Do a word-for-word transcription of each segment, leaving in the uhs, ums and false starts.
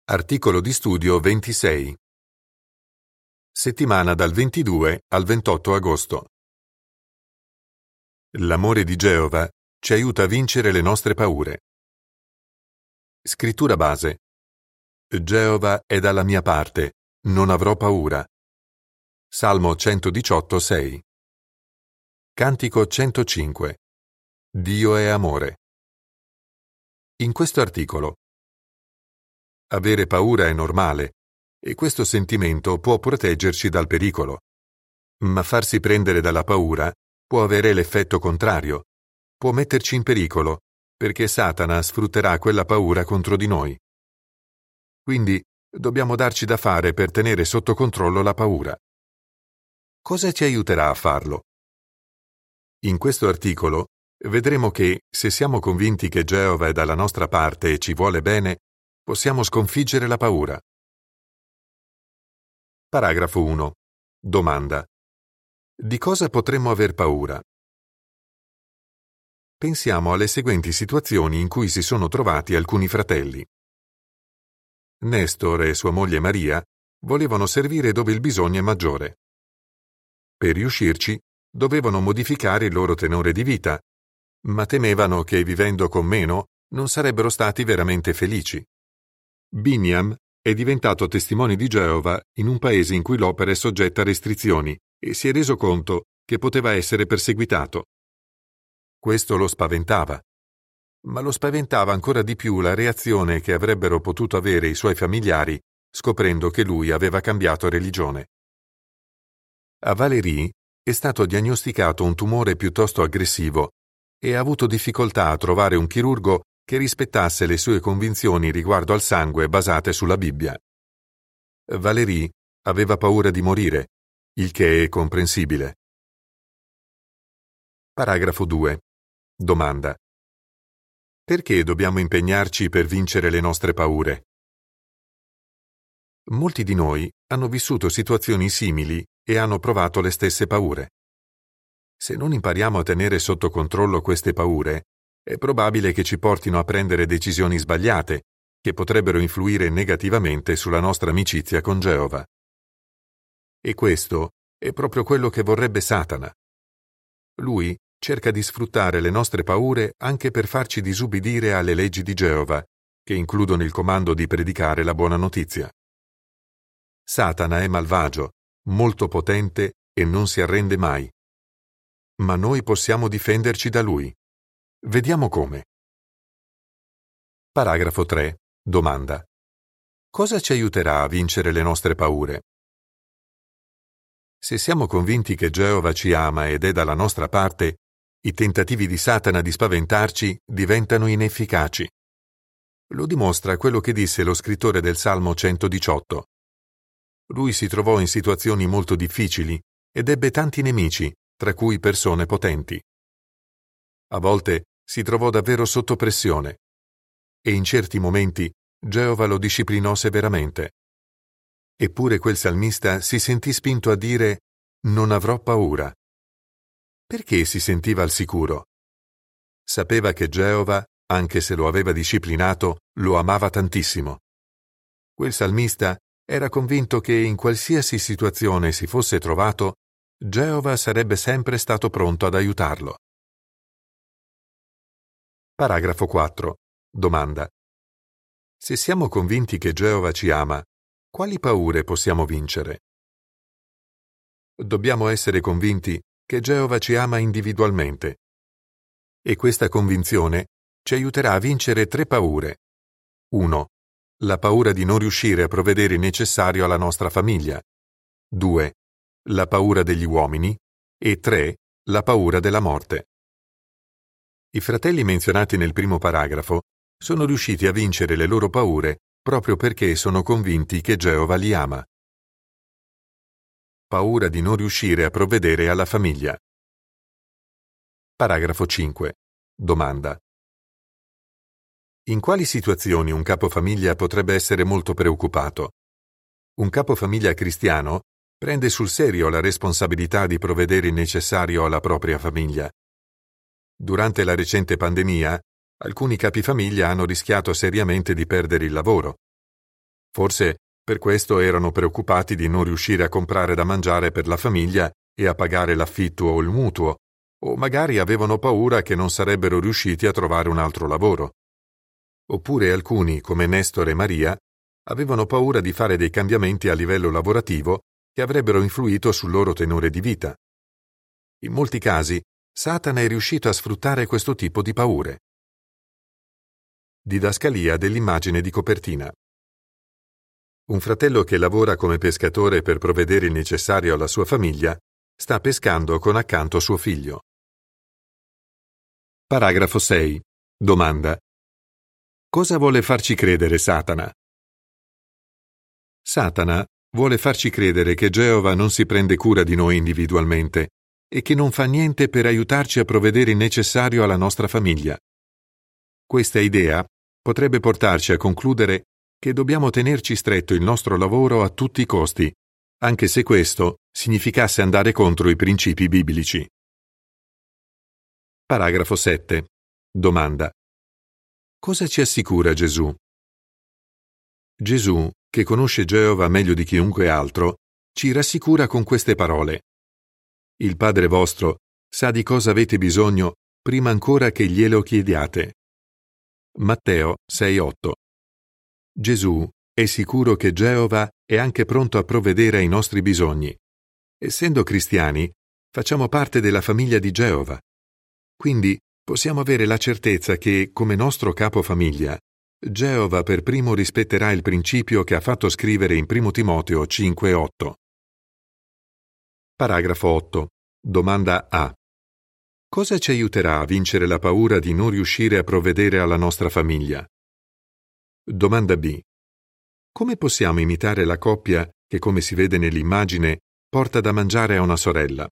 Articolo di studio ventisei. Settimana dal ventidue al ventotto agosto. L'amore di Geova ci aiuta a vincere le nostre paure. Scrittura base. Geova è dalla mia parte, non avrò paura. Salmo centodiciotto sei. Cantico centocinque. Dio è amore. In questo articolo. Avere paura è normale e questo sentimento può proteggerci dal pericolo. Ma farsi prendere dalla paura può avere l'effetto contrario, può metterci in pericolo perché Satana sfrutterà quella paura contro di noi. Quindi dobbiamo darci da fare per tenere sotto controllo la paura. Cosa ci aiuterà a farlo? In questo articolo vedremo che, se siamo convinti che Geova è dalla nostra parte e ci vuole bene, possiamo sconfiggere la paura. Paragrafo uno. Domanda. Di cosa potremmo aver paura? Pensiamo alle seguenti situazioni in cui si sono trovati alcuni fratelli. Nestor e sua moglie Maria volevano servire dove il bisogno è maggiore. Per riuscirci, dovevano modificare il loro tenore di vita, ma temevano che vivendo con meno non sarebbero stati veramente felici. Biniam è diventato testimone di Geova in un paese in cui l'opera è soggetta a restrizioni e si è reso conto che poteva essere perseguitato. Questo lo spaventava, ma lo spaventava ancora di più la reazione che avrebbero potuto avere i suoi familiari scoprendo che lui aveva cambiato religione. A Valérie è stato diagnosticato un tumore piuttosto aggressivo e ha avuto difficoltà a trovare un chirurgo che rispettasse le sue convinzioni riguardo al sangue basate sulla Bibbia. Valérie aveva paura di morire, il che è comprensibile. Paragrafo due. Domanda. Perché dobbiamo impegnarci per vincere le nostre paure? Molti di noi hanno vissuto situazioni simili e hanno provato le stesse paure. Se non impariamo a tenere sotto controllo queste paure, è probabile che ci portino a prendere decisioni sbagliate, che potrebbero influire negativamente sulla nostra amicizia con Geova. E questo è proprio quello che vorrebbe Satana. Lui cerca di sfruttare le nostre paure anche per farci disubbidire alle leggi di Geova, che includono il comando di predicare la buona notizia. Satana è malvagio, molto potente e non si arrende mai. Ma noi possiamo difenderci da lui. Vediamo come. Paragrafo tre. Domanda. Cosa ci aiuterà a vincere le nostre paure? Se siamo convinti che Geova ci ama ed è dalla nostra parte, i tentativi di Satana di spaventarci diventano inefficaci. Lo dimostra quello che disse lo scrittore del Salmo centodiciotto. Lui si trovò in situazioni molto difficili ed ebbe tanti nemici, tra cui persone potenti. A volte si trovò davvero sotto pressione e in certi momenti Geova lo disciplinò severamente. Eppure quel salmista si sentì spinto a dire «Non avrò paura». Perché si sentiva al sicuro? Sapeva che Geova, anche se lo aveva disciplinato, lo amava tantissimo. Quel salmista era convinto che in qualsiasi situazione si fosse trovato, Geova sarebbe sempre stato pronto ad aiutarlo. Paragrafo quattro. Domanda. Se siamo convinti che Geova ci ama, quali paure possiamo vincere? Dobbiamo essere convinti che Geova ci ama individualmente. E questa convinzione ci aiuterà a vincere tre paure. uno. La paura di non riuscire a provvedere il necessario alla nostra famiglia. due. La paura degli uomini. E tre. La paura della morte. I fratelli menzionati nel primo paragrafo sono riusciti a vincere le loro paure proprio perché sono convinti che Geova li ama. Paura di non riuscire a provvedere alla famiglia. Paragrafo cinque. Domanda. In quali situazioni un capofamiglia potrebbe essere molto preoccupato? Un capofamiglia cristiano prende sul serio la responsabilità di provvedere il necessario alla propria famiglia. Durante la recente pandemia, alcuni capifamiglia hanno rischiato seriamente di perdere il lavoro. Forse per questo erano preoccupati di non riuscire a comprare da mangiare per la famiglia e a pagare l'affitto o il mutuo, o magari avevano paura che non sarebbero riusciti a trovare un altro lavoro. Oppure alcuni, come Nestor e Maria, avevano paura di fare dei cambiamenti a livello lavorativo che avrebbero influito sul loro tenore di vita. In molti casi, Satana è riuscito a sfruttare questo tipo di paure. Didascalia dell'immagine di copertina. Un fratello che lavora come pescatore per provvedere il necessario alla sua famiglia sta pescando con accanto suo figlio. Paragrafo sei. Domanda. Cosa vuole farci credere Satana? Satana vuole farci credere che Geova non si prende cura di noi individualmente e che non fa niente per aiutarci a provvedere il necessario alla nostra famiglia. Questa idea potrebbe portarci a concludere che dobbiamo tenerci stretto il nostro lavoro a tutti i costi, anche se questo significasse andare contro i principi biblici. Paragrafo sette. Domanda. Cosa ci assicura Gesù? Gesù, che conosce Geova meglio di chiunque altro, ci rassicura con queste parole. Il Padre vostro sa di cosa avete bisogno prima ancora che glielo chiediate. Matteo sei otto. Gesù è sicuro che Geova è anche pronto a provvedere ai nostri bisogni. Essendo cristiani, facciamo parte della famiglia di Geova. Quindi possiamo avere la certezza che, come nostro capofamiglia, Geova per primo rispetterà il principio che ha fatto scrivere in primo Timoteo cinque otto. Paragrafo otto. Domanda A. Cosa ci aiuterà a vincere la paura di non riuscire a provvedere alla nostra famiglia? Domanda B. Come possiamo imitare la coppia che, come si vede nell'immagine, porta da mangiare a una sorella?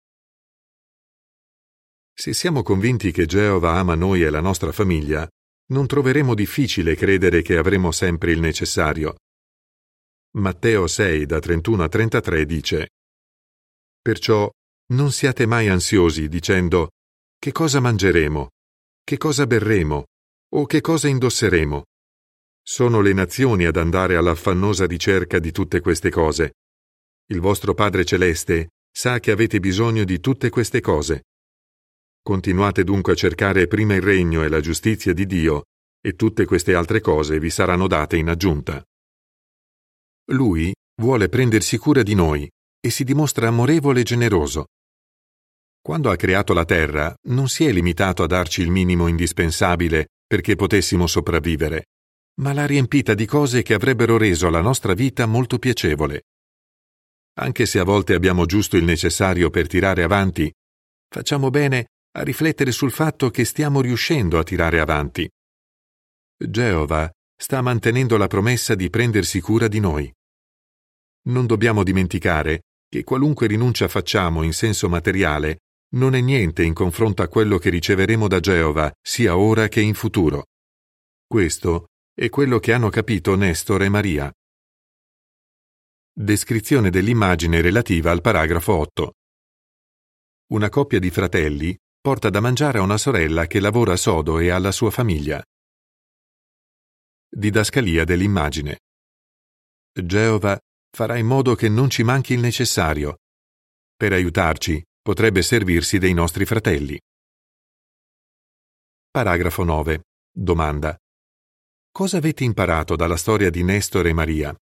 Se siamo convinti che Geova ama noi e la nostra famiglia, non troveremo difficile credere che avremo sempre il necessario. Matteo sei da trentuno a trentatré dice: Perciò non siate mai ansiosi dicendo che cosa mangeremo, che cosa berremo o che cosa indosseremo. Sono le nazioni ad andare all'affannosa ricerca di tutte queste cose. Il vostro Padre Celeste sa che avete bisogno di tutte queste cose. Continuate dunque a cercare prima il regno e la giustizia di Dio, e tutte queste altre cose vi saranno date in aggiunta. Lui vuole prendersi cura di noi e si dimostra amorevole e generoso. Quando ha creato la terra, non si è limitato a darci il minimo indispensabile perché potessimo sopravvivere, ma l'ha riempita di cose che avrebbero reso la nostra vita molto piacevole. Anche se a volte abbiamo giusto il necessario per tirare avanti, facciamo bene a riflettere sul fatto che stiamo riuscendo a tirare avanti. Geova sta mantenendo la promessa di prendersi cura di noi. Non dobbiamo dimenticare che qualunque rinuncia facciamo in senso materiale non è niente in confronto a quello che riceveremo da Geova sia ora che in futuro. Questo è quello che hanno capito Nestor e Maria. Descrizione dell'immagine relativa al paragrafo otto. Una coppia di fratelli porta da mangiare a una sorella che lavora sodo e alla sua famiglia. Didascalia dell'immagine. Geova farà in modo che non ci manchi il necessario. Per aiutarci, potrebbe servirsi dei nostri fratelli. Paragrafo nove. Domanda. Cosa avete imparato dalla storia di Nestor e Maria?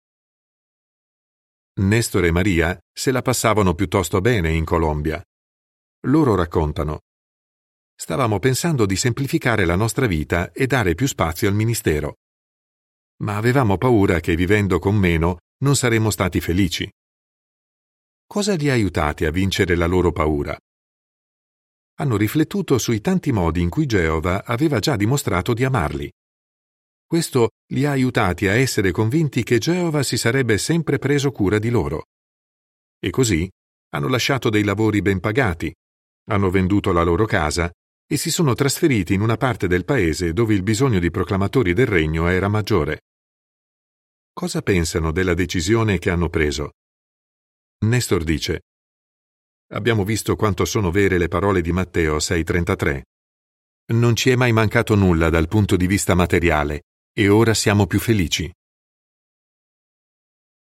Nestor e Maria se la passavano piuttosto bene in Colombia. Loro raccontano: Stavamo pensando di semplificare la nostra vita e dare più spazio al ministero. Ma avevamo paura che vivendo con meno non saremmo stati felici. Cosa li ha aiutati a vincere la loro paura? Hanno riflettuto sui tanti modi in cui Geova aveva già dimostrato di amarli. Questo li ha aiutati a essere convinti che Geova si sarebbe sempre preso cura di loro. E così hanno lasciato dei lavori ben pagati, hanno venduto la loro casa e si sono trasferiti in una parte del paese dove il bisogno di proclamatori del regno era maggiore. Cosa pensano della decisione che hanno preso? Nestor dice: Abbiamo visto quanto sono vere le parole di Matteo sei trentatré. Non ci è mai mancato nulla dal punto di vista materiale e ora siamo più felici.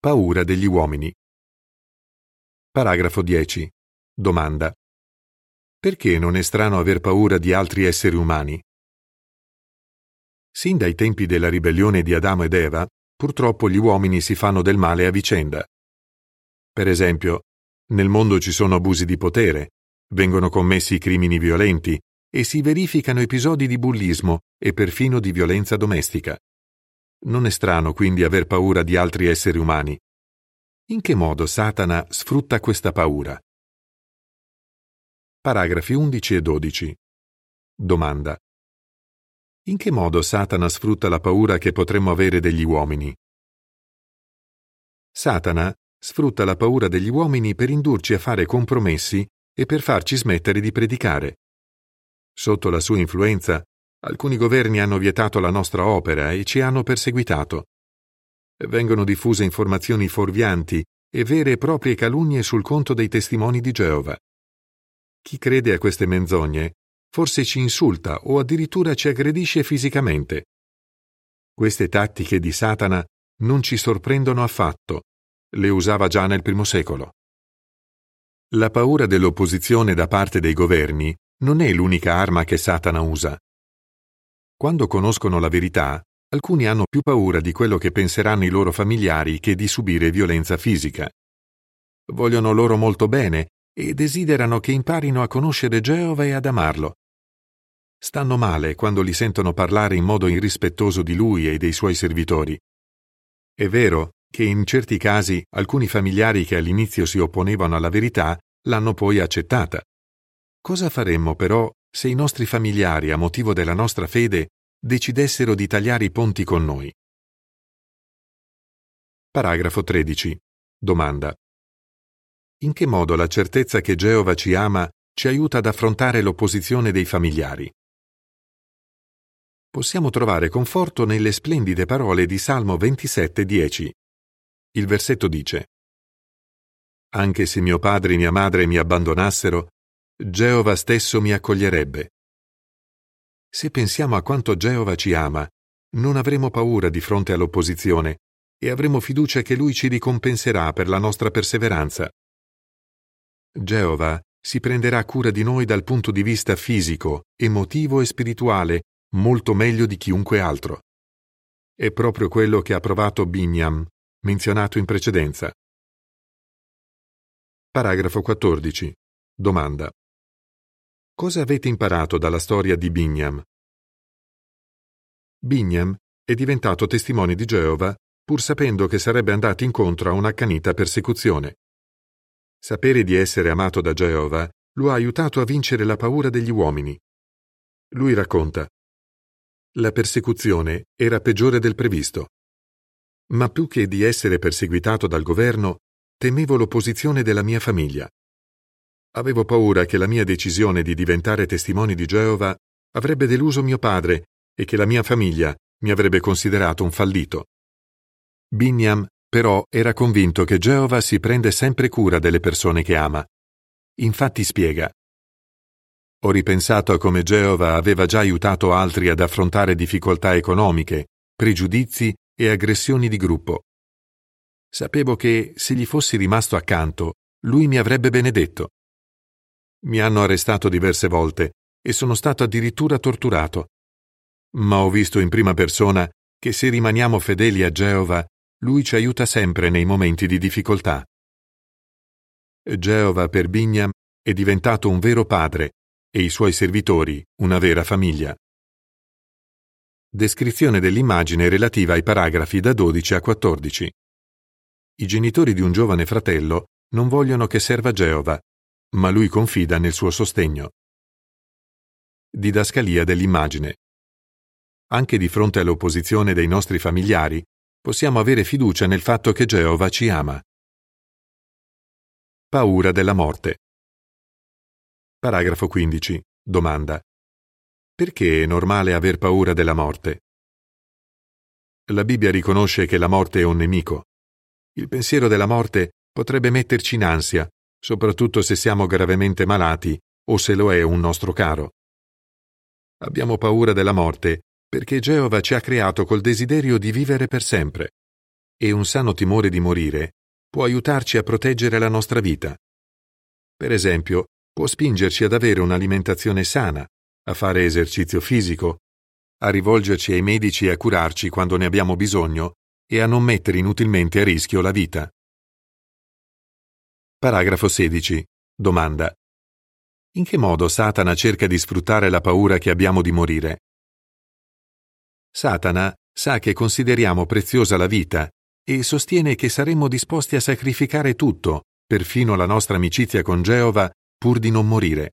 Paura degli uomini. Paragrafo dieci. Domanda. Perché non è strano aver paura di altri esseri umani? Sin dai tempi della ribellione di Adamo ed Eva, purtroppo gli uomini si fanno del male a vicenda. Per esempio, nel mondo ci sono abusi di potere, vengono commessi crimini violenti e si verificano episodi di bullismo e perfino di violenza domestica. Non è strano quindi aver paura di altri esseri umani. In che modo Satana sfrutta questa paura? Paragrafi undici e dodici. Domanda. In che modo Satana sfrutta la paura che potremmo avere degli uomini? Satana sfrutta la paura degli uomini per indurci a fare compromessi e per farci smettere di predicare. Sotto la sua influenza, alcuni governi hanno vietato la nostra opera e ci hanno perseguitato. Vengono diffuse informazioni fuorvianti e vere e proprie calunnie sul conto dei testimoni di Geova. Chi crede a queste menzogne forse ci insulta o addirittura ci aggredisce fisicamente. Queste tattiche di Satana non ci sorprendono affatto. Le usava già nel primo secolo. La paura dell'opposizione da parte dei governi non è l'unica arma che Satana usa. Quando conoscono la verità, alcuni hanno più paura di quello che penseranno i loro familiari che di subire violenza fisica. Vogliono loro molto bene e desiderano che imparino a conoscere Geova e ad amarlo. Stanno male quando li sentono parlare in modo irrispettoso di lui e dei suoi servitori. È vero che in certi casi alcuni familiari che all'inizio si opponevano alla verità l'hanno poi accettata. Cosa faremmo però se i nostri familiari, a motivo della nostra fede, decidessero di tagliare i ponti con noi? Paragrafo tredici. Domanda. In che modo la certezza che Geova ci ama ci aiuta ad affrontare l'opposizione dei familiari? Possiamo trovare conforto nelle splendide parole di Salmo ventisette dieci. Il versetto dice: Anche se mio padre e mia madre mi abbandonassero, Geova stesso mi accoglierebbe. Se pensiamo a quanto Geova ci ama, non avremo paura di fronte all'opposizione e avremo fiducia che Lui ci ricompenserà per la nostra perseveranza. Geova si prenderà cura di noi dal punto di vista fisico, emotivo e spirituale molto meglio di chiunque altro. È proprio quello che ha provato Binyam, menzionato in precedenza. Paragrafo quattordici. Domanda. Cosa avete imparato dalla storia di Binyam? Binyam è diventato testimone di Geova pur sapendo che sarebbe andato incontro a un'accanita persecuzione. Sapere di essere amato da Geova lo ha aiutato a vincere la paura degli uomini. Lui racconta: La persecuzione era peggiore del previsto. Ma più che di essere perseguitato dal governo, temevo l'opposizione della mia famiglia. Avevo paura che la mia decisione di diventare testimone di Geova avrebbe deluso mio padre e che la mia famiglia mi avrebbe considerato un fallito. Binyam, però, era convinto che Geova si prende sempre cura delle persone che ama. Infatti spiega: Ho ripensato a come Geova aveva già aiutato altri ad affrontare difficoltà economiche, pregiudizi e aggressioni di gruppo. Sapevo che, se gli fossi rimasto accanto, lui mi avrebbe benedetto. Mi hanno arrestato diverse volte e sono stato addirittura torturato. Ma ho visto in prima persona che se rimaniamo fedeli a Geova, lui ci aiuta sempre nei momenti di difficoltà. Geova per Binyam è diventato un vero padre e i suoi servitori una vera famiglia. Descrizione dell'immagine relativa ai paragrafi da dodici a quattordici. I genitori di un giovane fratello non vogliono che serva Geova, ma lui confida nel suo sostegno. Didascalia dell'immagine. Anche di fronte all'opposizione dei nostri familiari, possiamo avere fiducia nel fatto che Geova ci ama. Paura della morte. Paragrafo quindici. Domanda. Perché è normale aver paura della morte? La Bibbia riconosce che la morte è un nemico. Il pensiero della morte potrebbe metterci in ansia, soprattutto se siamo gravemente malati o se lo è un nostro caro. Abbiamo paura della morte perché Geova ci ha creato col desiderio di vivere per sempre. e un sano timore di morire può aiutarci a proteggere la nostra vita. Per esempio, può spingerci ad avere un'alimentazione sana, a fare esercizio fisico, a rivolgerci ai medici e a curarci quando ne abbiamo bisogno e a non mettere inutilmente a rischio la vita. Paragrafo sedici. Domanda. In che modo Satana cerca di sfruttare la paura che abbiamo di morire? Satana sa che consideriamo preziosa la vita e sostiene che saremmo disposti a sacrificare tutto, perfino la nostra amicizia con Geova, pur di non morire.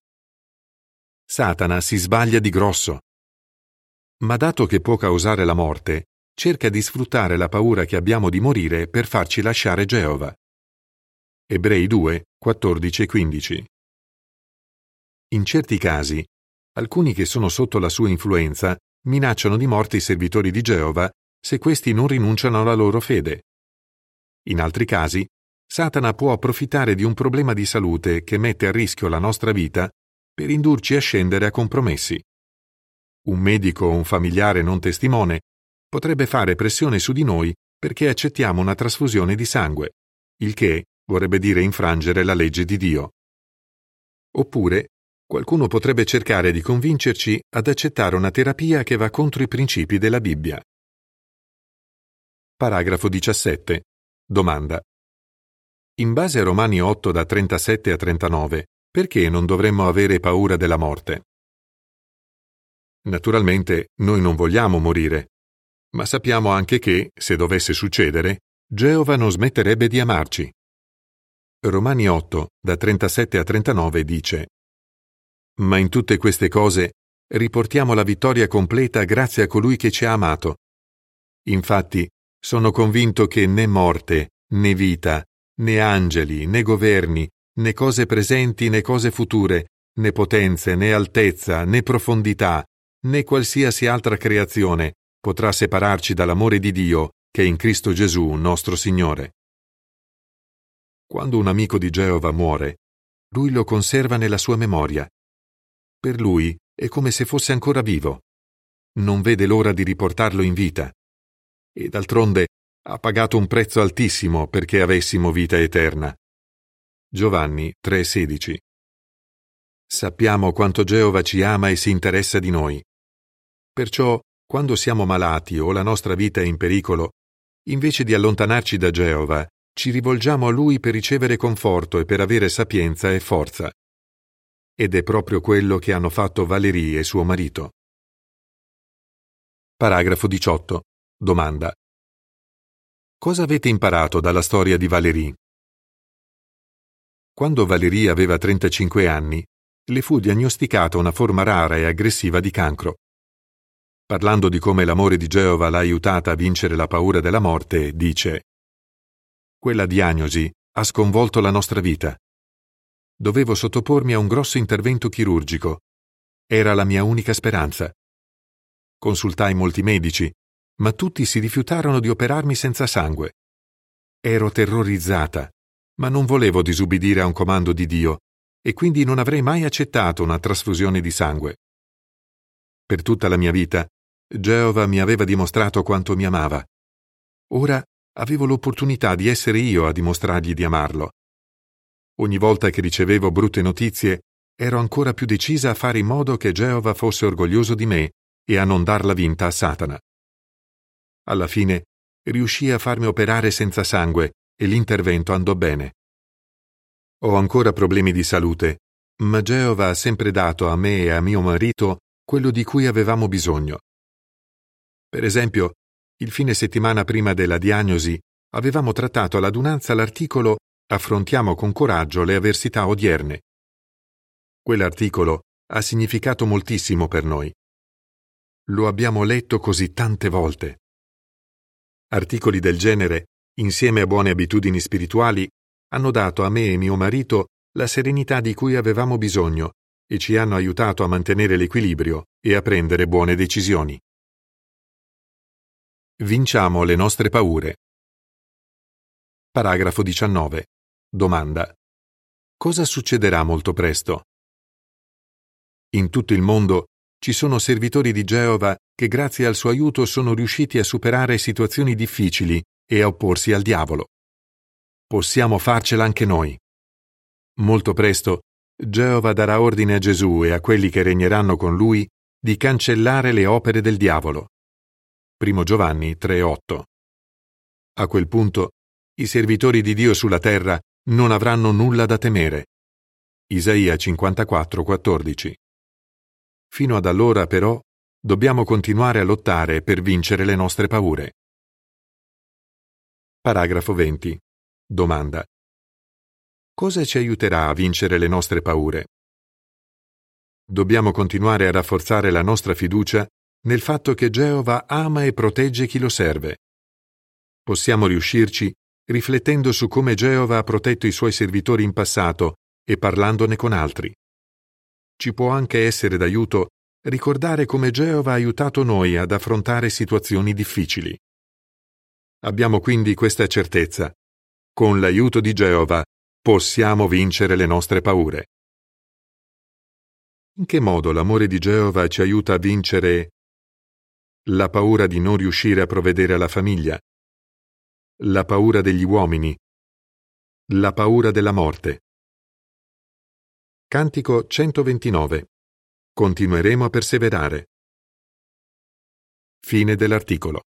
Satana si sbaglia di grosso. Ma dato che può causare la morte, cerca di sfruttare la paura che abbiamo di morire per farci lasciare Geova. Ebrei due, quattordici e quindici. In certi casi, alcuni che sono sotto la sua influenza minacciano di morte i servitori di Geova se questi non rinunciano alla loro fede. In altri casi, Satana può approfittare di un problema di salute che mette a rischio la nostra vita per indurci a scendere a compromessi. Un medico o un familiare non testimone potrebbe fare pressione su di noi perché accettiamo una trasfusione di sangue, il che vorrebbe dire infrangere la legge di Dio. Oppure, qualcuno potrebbe cercare di convincerci ad accettare una terapia che va contro i principi della Bibbia. Paragrafo diciassette. Domanda. In base a Romani otto da trentasette a trentanove, perché non dovremmo avere paura della morte? Naturalmente, noi non vogliamo morire, ma sappiamo anche che, se dovesse succedere, Geova non smetterebbe di amarci. Romani otto, da trentasette a trentanove dice: Ma in tutte queste cose riportiamo la vittoria completa grazie a colui che ci ha amato. Infatti, sono convinto che né morte, né vita, né angeli, né governi, né cose presenti né cose future, né potenze, né altezza, né profondità, né qualsiasi altra creazione potrà separarci dall'amore di Dio che è in Cristo Gesù, nostro Signore. Quando un amico di Geova muore, lui lo conserva nella sua memoria. Per lui è come se fosse ancora vivo. Non vede l'ora di riportarlo in vita. E d'altronde ha pagato un prezzo altissimo perché avessimo vita eterna. Giovanni tre sedici. Sappiamo quanto Geova ci ama e si interessa di noi. Perciò, quando siamo malati o la nostra vita è in pericolo, invece di allontanarci da Geova, ci rivolgiamo a Lui per ricevere conforto e per avere sapienza e forza. Ed è proprio quello che hanno fatto Valérie e suo marito. Paragrafo diciotto. Domanda. Cosa avete imparato dalla storia di Valérie? Quando Valérie aveva trentacinque anni, le fu diagnosticata una forma rara e aggressiva di cancro. Parlando di come l'amore di Geova l'ha aiutata a vincere la paura della morte, dice: Quella diagnosi ha sconvolto la nostra vita. Dovevo sottopormi a un grosso intervento chirurgico. Era la mia unica speranza. Consultai molti medici, ma tutti si rifiutarono di operarmi senza sangue. Ero terrorizzata, ma non volevo disubbidire a un comando di Dio e quindi non avrei mai accettato una trasfusione di sangue. Per tutta la mia vita, Geova mi aveva dimostrato quanto mi amava. Ora avevo l'opportunità di essere io a dimostrargli di amarlo. Ogni volta che ricevevo brutte notizie, ero ancora più decisa a fare in modo che Geova fosse orgoglioso di me e a non darla vinta a Satana. Alla fine, riuscii a farmi operare senza sangue e l'intervento andò bene. Ho ancora problemi di salute, ma Geova ha sempre dato a me e a mio marito quello di cui avevamo bisogno. Per esempio, il fine settimana prima della diagnosi avevamo trattato all'adunanza l'articolo Affrontiamo con coraggio le avversità odierne. Quell'articolo ha significato moltissimo per noi. Lo abbiamo letto così tante volte. Articoli del genere, insieme a buone abitudini spirituali, hanno dato a me e mio marito la serenità di cui avevamo bisogno e ci hanno aiutato a mantenere l'equilibrio e a prendere buone decisioni. Vinciamo le nostre paure. Paragrafo diciannove. Domanda. Cosa succederà molto presto? In tutto il mondo ci sono servitori di Geova che grazie al suo aiuto sono riusciti a superare situazioni difficili e a opporsi al diavolo. Possiamo farcela anche noi. Molto presto Geova darà ordine a Gesù e a quelli che regneranno con lui di cancellare le opere del diavolo. Primo Giovanni tre otto. A quel punto i servitori di Dio sulla terra non avranno nulla da temere. Isaia cinquantaquattro quattordici. Fino ad allora, però, dobbiamo continuare a lottare per vincere le nostre paure. Paragrafo venti. Domanda. Cosa ci aiuterà a vincere le nostre paure? Dobbiamo continuare a rafforzare la nostra fiducia nel fatto che Geova ama e protegge chi lo serve. Possiamo riuscirci riflettendo su come Geova ha protetto i suoi servitori in passato e parlandone con altri. Ci può anche essere d'aiuto ricordare come Geova ha aiutato noi ad affrontare situazioni difficili. Abbiamo quindi questa certezza: con l'aiuto di Geova possiamo vincere le nostre paure. In che modo l'amore di Geova ci aiuta a vincere la paura di non riuscire a provvedere alla famiglia, la paura degli uomini, la paura della morte? Cantico centoventinove. Continueremo a perseverare. Fine dell'articolo.